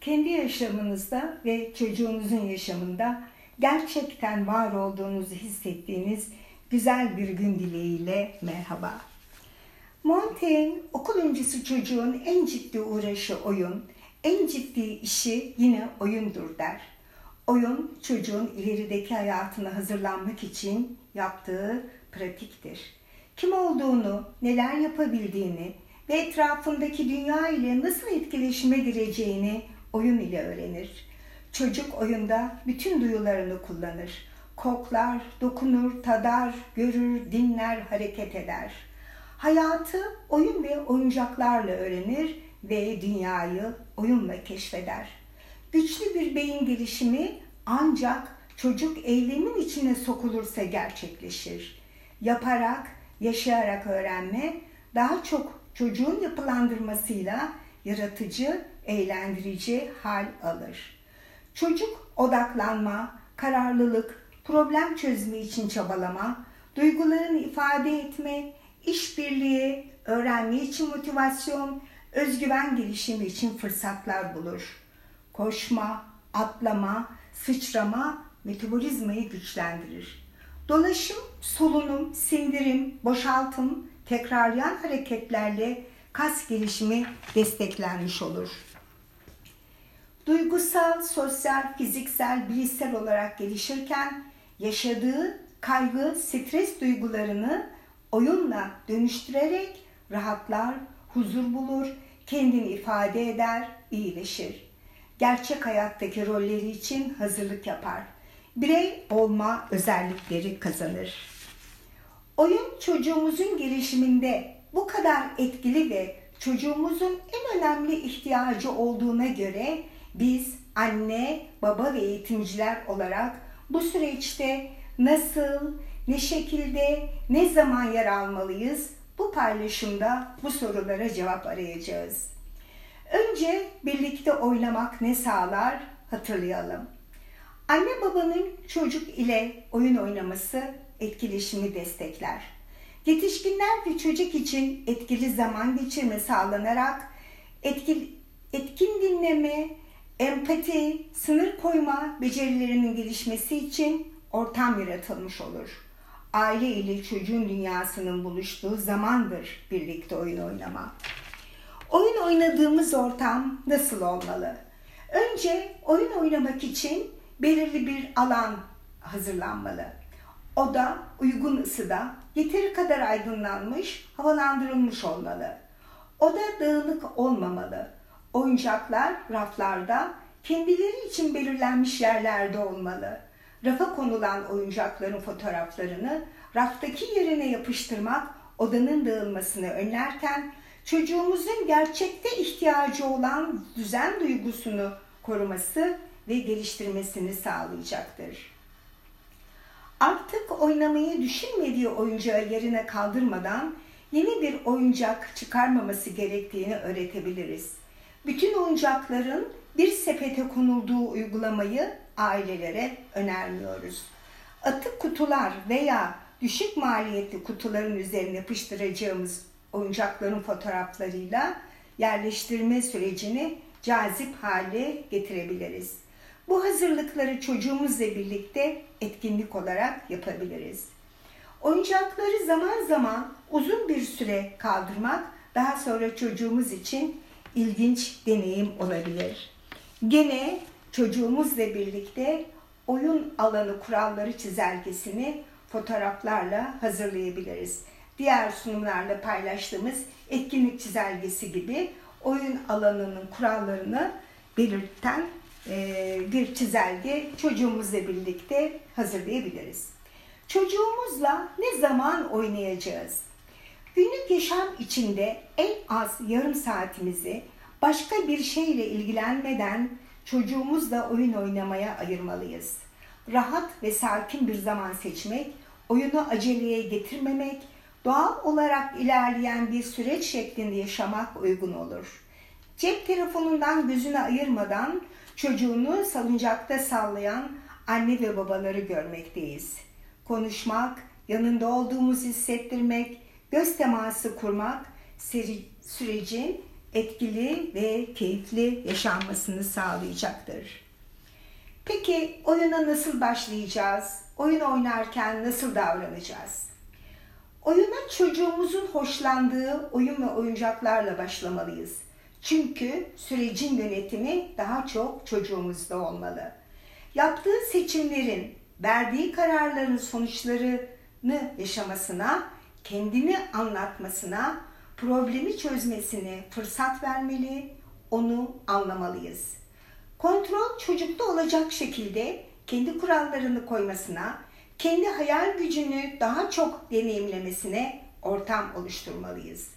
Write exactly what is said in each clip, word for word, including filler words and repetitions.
kendi yaşamınızda ve çocuğunuzun yaşamında gerçekten var olduğunuzu hissettiğiniz güzel bir gün dileğiyle merhaba. Montaigne, okul öncesi çocuğun en ciddi uğraşı oyun, en ciddi işi yine oyundur der. Oyun, çocuğun ilerideki hayatına hazırlanmak için yaptığı pratiktir. Kim olduğunu, neler yapabildiğini ve etrafındaki dünya ile nasıl etkileşime gireceğini oyun ile öğrenir. Çocuk oyunda bütün duyularını kullanır. Koklar, dokunur, tadar, görür, dinler, hareket eder. Hayatı oyun ve oyuncaklarla öğrenir ve dünyayı oyunla keşfeder. Güçlü bir beyin gelişimi ancak çocuk eylemin içine sokulursa gerçekleşir. Yaparak, yaşayarak öğrenme daha çok çocuğun yapılandırmasıyla yaratıcı, eğlendirici hal alır. Çocuk odaklanma, kararlılık, problem çözümü için çabalama, duygularını ifade etme, işbirliği, öğrenme için motivasyon, özgüven gelişimi için fırsatlar bulur. Koşma, atlama, sıçrama metabolizmayı güçlendirir. Dolaşım, solunum, sindirim, boşaltım, tekrarlayan hareketlerle kas gelişimi desteklenmiş olur. Duygusal, sosyal, fiziksel, bilişsel olarak gelişirken yaşadığı kaygı, stres duygularını oyunla dönüştürerek rahatlar, huzur bulur, kendini ifade eder, iyileşir. Gerçek hayattaki rolleri için hazırlık yapar. Birey olma özellikleri kazanır. Oyun çocuğumuzun gelişiminde bu kadar etkili ve çocuğumuzun en önemli ihtiyacı olduğuna göre biz anne, baba ve eğitimciler olarak bu süreçte nasıl, ne şekilde, ne zaman yer almalıyız? Bu paylaşımda bu sorulara cevap arayacağız. Önce birlikte oynamak ne sağlar? Hatırlayalım. Anne babanın çocuk ile oyun oynaması etkileşimi destekler. Yetişkinler ve çocuk için etkili zaman geçirme sağlanarak etkin, etkin dinleme, empati, sınır koyma becerilerinin gelişmesi için ortam yaratılmış olur. Aile ile çocuğun dünyasının buluştuğu zamandır birlikte oyun oynama. Oyun oynadığımız ortam nasıl olmalı? Önce oyun oynamak için belirli bir alan hazırlanmalı. Oda uygun ısıda, yeteri kadar aydınlanmış, havalandırılmış olmalı. Oda dağınık olmamalı. Oyuncaklar raflarda, kendileri için belirlenmiş yerlerde olmalı. Rafa konulan oyuncakların fotoğraflarını raftaki yerine yapıştırmak odanın dağılmasını önlerken çocuğumuzun gerçekte ihtiyacı olan düzen duygusunu koruması ve geliştirmesini sağlayacaktır. Artık oynamayı düşünmediği oyuncağı yerine kaldırmadan yeni bir oyuncak çıkarmaması gerektiğini öğretebiliriz. Bütün oyuncakların bir sepete konulduğu uygulamayı ailelere önermiyoruz. Atık kutular veya düşük maliyetli kutuların üzerine yapıştıracağımız oyuncakların fotoğraflarıyla yerleştirme sürecini cazip hale getirebiliriz. Bu hazırlıkları çocuğumuzla birlikte etkinlik olarak yapabiliriz. Oyuncakları zaman zaman uzun bir süre kaldırmak daha sonra çocuğumuz için ilginç deneyim olabilir. Gene çocuğumuzla birlikte oyun alanı kuralları çizelgesini fotoğraflarla hazırlayabiliriz. Diğer sunumlarla paylaştığımız etkinlik çizelgesi gibi oyun alanının kurallarını belirten bir çizelge çocuğumuzla birlikte hazırlayabiliriz. Çocuğumuzla ne zaman oynayacağız? Günlük yaşam içinde en az yarım saatimizi başka bir şeyle ilgilenmeden çocuğumuzla oyun oynamaya ayırmalıyız. Rahat ve sakin bir zaman seçmek, oyunu aceleye getirmemek, doğal olarak ilerleyen bir süreç şeklinde yaşamak uygun olur. Cep telefonundan gözünü ayırmadan çocuğunu salıncakta sallayan anne ve babaları görmekteyiz. Konuşmak, yanında olduğumuzu hissettirmek, göz teması kurmak sürecin etkili ve keyifli yaşanmasını sağlayacaktır. Peki oyuna nasıl başlayacağız? Oyun oynarken nasıl davranacağız? Oyuna çocuğumuzun hoşlandığı oyun ve oyuncaklarla başlamalıyız. Çünkü sürecin yönetimi daha çok çocuğumuzda olmalı. Yaptığı seçimlerin, verdiği kararların sonuçlarını yaşamasına, kendini anlatmasına, problemi çözmesine fırsat vermeli, onu anlamalıyız. Kontrol çocukta olacak şekilde kendi kurallarını koymasına, kendi hayal gücünü daha çok deneyimlemesine ortam oluşturmalıyız.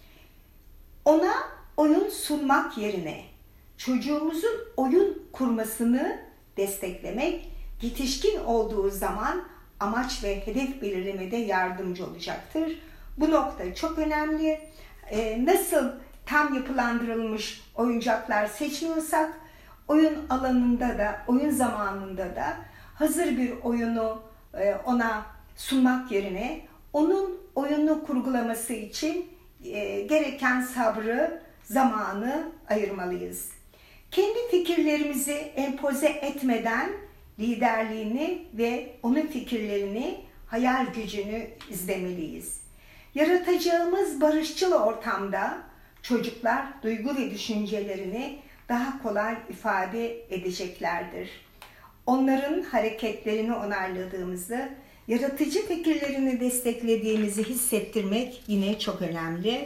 Ona oyun sunmak yerine çocuğumuzun oyun kurmasını desteklemek, yetişkin olduğu zaman amaç ve hedef belirlemede yardımcı olacaktır. Bu nokta çok önemli. Ee, nasıl tam yapılandırılmış oyuncaklar seçmiyorsak, oyun alanında da, oyun zamanında da hazır bir oyunu e, ona sunmak yerine onun oyunu kurgulaması için e, gereken sabrı, zamanı ayırmalıyız. Kendi fikirlerimizi empoze etmeden liderliğini ve onun fikirlerini, hayal gücünü izlemeliyiz. Yaratacağımız barışçıl ortamda çocuklar duygu ve düşüncelerini daha kolay ifade edeceklerdir. Onların hareketlerini onayladığımızda, yaratıcı fikirlerini desteklediğimizi hissettirmek yine çok önemli.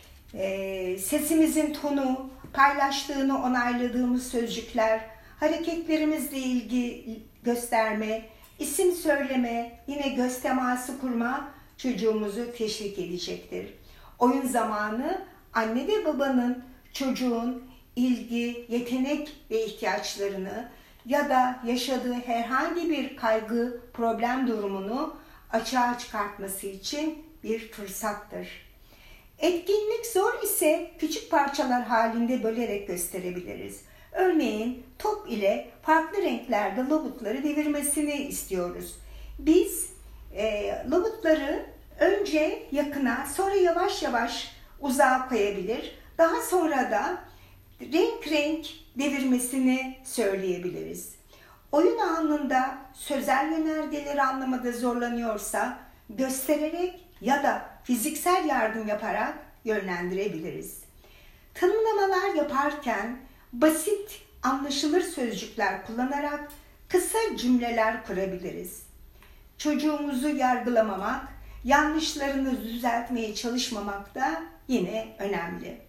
Ee, sesimizin tonu, paylaştığını onayladığımız sözcükler, hareketlerimizle ilgi gösterme, isim söyleme, yine göz teması kurma çocuğumuzu teşvik edecektir. Oyun zamanı anne ve babanın çocuğun ilgi, yetenek ve ihtiyaçlarını ya da yaşadığı herhangi bir kaygı, problem durumunu açığa çıkartması için bir fırsattır. Etkinlik zor ise küçük parçalar halinde bölerek gösterebiliriz. Örneğin top ile farklı renklerde labutları devirmesini istiyoruz. Biz e, labutları önce yakına, sonra yavaş yavaş uzağa koyabilir. Daha sonra da renk renk devirmesini söyleyebiliriz. Oyun anında sözel yönergeleri anlamada zorlanıyorsa göstererek ya da fiziksel yardım yaparak yönlendirebiliriz. Tanımlamalar yaparken basit, anlaşılır sözcükler kullanarak kısa cümleler kurabiliriz. Çocuğumuzu yargılamamak, yanlışlarını düzeltmeye çalışmamak da yine önemli.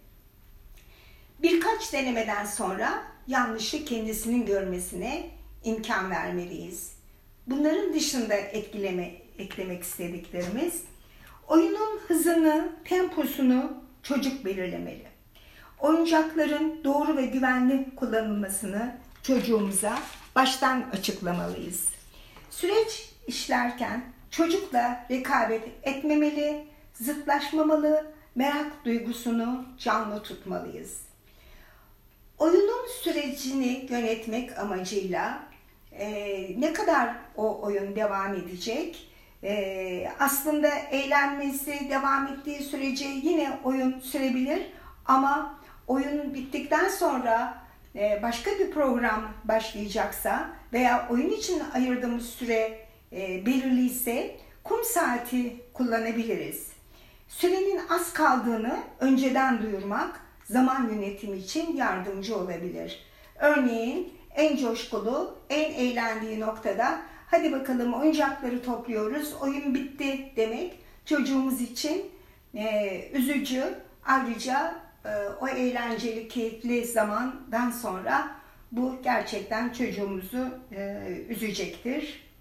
Birkaç denemeden sonra yanlışı kendisinin görmesine imkan vermeliyiz. Bunların dışında etkileme, eklemek istediklerimiz, oyunun hızını, temposunu çocuk belirlemeli. Oyuncakların doğru ve güvenli kullanılmasını çocuğumuza baştan açıklamalıyız. Süreç işlerken çocukla rekabet etmemeli, zıtlaşmamalı, merak duygusunu canlı tutmalıyız. Oyunun sürecini yönetmek amacıyla e, ne kadar o oyun devam edecek? E, aslında eğlenmesi devam ettiği sürece yine oyun sürebilir ama oyun bittikten sonra e, başka bir program başlayacaksa veya oyun için ayırdığımız süre e, belirliyse kum saati kullanabiliriz. Sürenin az kaldığını önceden duyurmak zaman yönetimi için yardımcı olabilir. Örneğin en coşkulu, en eğlendiği noktada hadi bakalım oyuncakları topluyoruz, oyun bitti demek çocuğumuz için e, üzücü. Ayrıca e, o eğlenceli, keyifli zamandan sonra bu gerçekten çocuğumuzu e, üzecektir.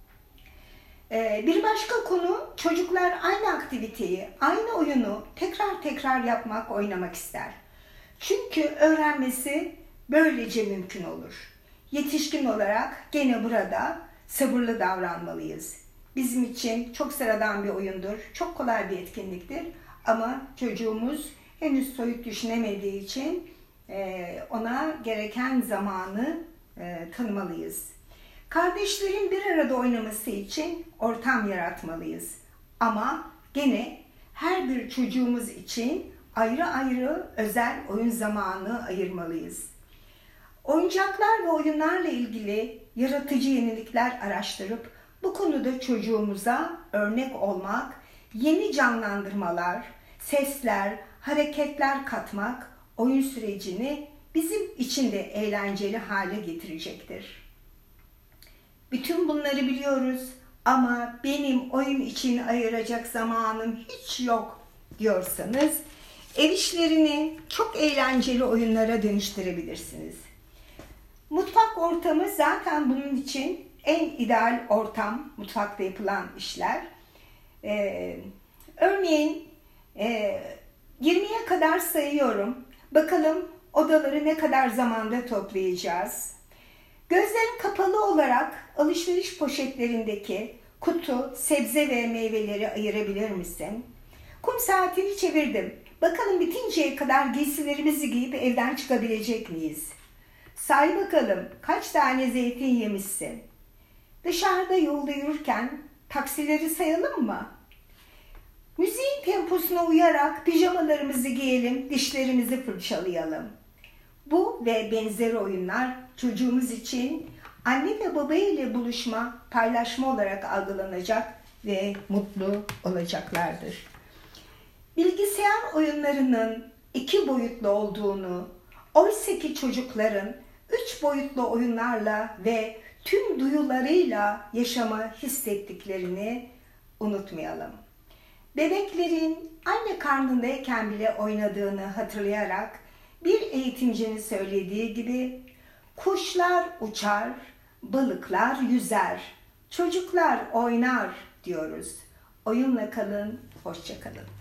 E, bir başka konu, çocuklar aynı aktiviteyi, aynı oyunu tekrar tekrar yapmak, oynamak ister. Çünkü öğrenmesi böylece mümkün olur. Yetişkin olarak gene burada sabırlı davranmalıyız. Bizim için çok sıradan bir oyundur, çok kolay bir etkinliktir. Ama çocuğumuz henüz soyut düşünemediği için ona gereken zamanı tanımalıyız. Kardeşlerin bir arada oynaması için ortam yaratmalıyız. Ama gene her bir çocuğumuz için ayrı ayrı özel oyun zamanı ayırmalıyız. Oyuncaklar ve oyunlarla ilgili yaratıcı yenilikler araştırıp bu konuda çocuğumuza örnek olmak, yeni canlandırmalar, sesler, hareketler katmak oyun sürecini bizim için de eğlenceli hale getirecektir. Bütün bunları biliyoruz ama benim oyun için ayıracak zamanım hiç yok diyorsanız ev işlerini çok eğlenceli oyunlara dönüştürebilirsiniz. Mutfak ortamı zaten bunun için en ideal ortam, mutfakta yapılan işler. Ee, örneğin e, yirmiye kadar sayıyorum. Bakalım odaları ne kadar zamanda toplayacağız. Gözlerin kapalı olarak alışveriş poşetlerindeki kutu, sebze ve meyveleri ayırabilir misin? Kum saatini çevirdim. Bakalım bitinceye kadar giysilerimizi giyip evden çıkabilecek miyiz? Say bakalım kaç tane zeytin yemişsin? Dışarıda yolda yürürken taksileri sayalım mı? Müziğin temposuna uyarak pijamalarımızı giyelim, dişlerimizi fırçalayalım. Bu ve benzeri oyunlar çocuğumuz için anne ve baba ile buluşma, paylaşma olarak algılanacak ve mutlu olacaklardır. Bilgisayar oyunlarının iki boyutlu olduğunu, oysa ki çocukların üç boyutlu oyunlarla ve tüm duyularıyla yaşama hissettiklerini unutmayalım. Bebeklerin anne karnındayken bile oynadığını hatırlayarak bir eğitimcinin söylediği gibi kuşlar uçar, balıklar yüzer, çocuklar oynar diyoruz. Oyunla kalın, hoşça kalın.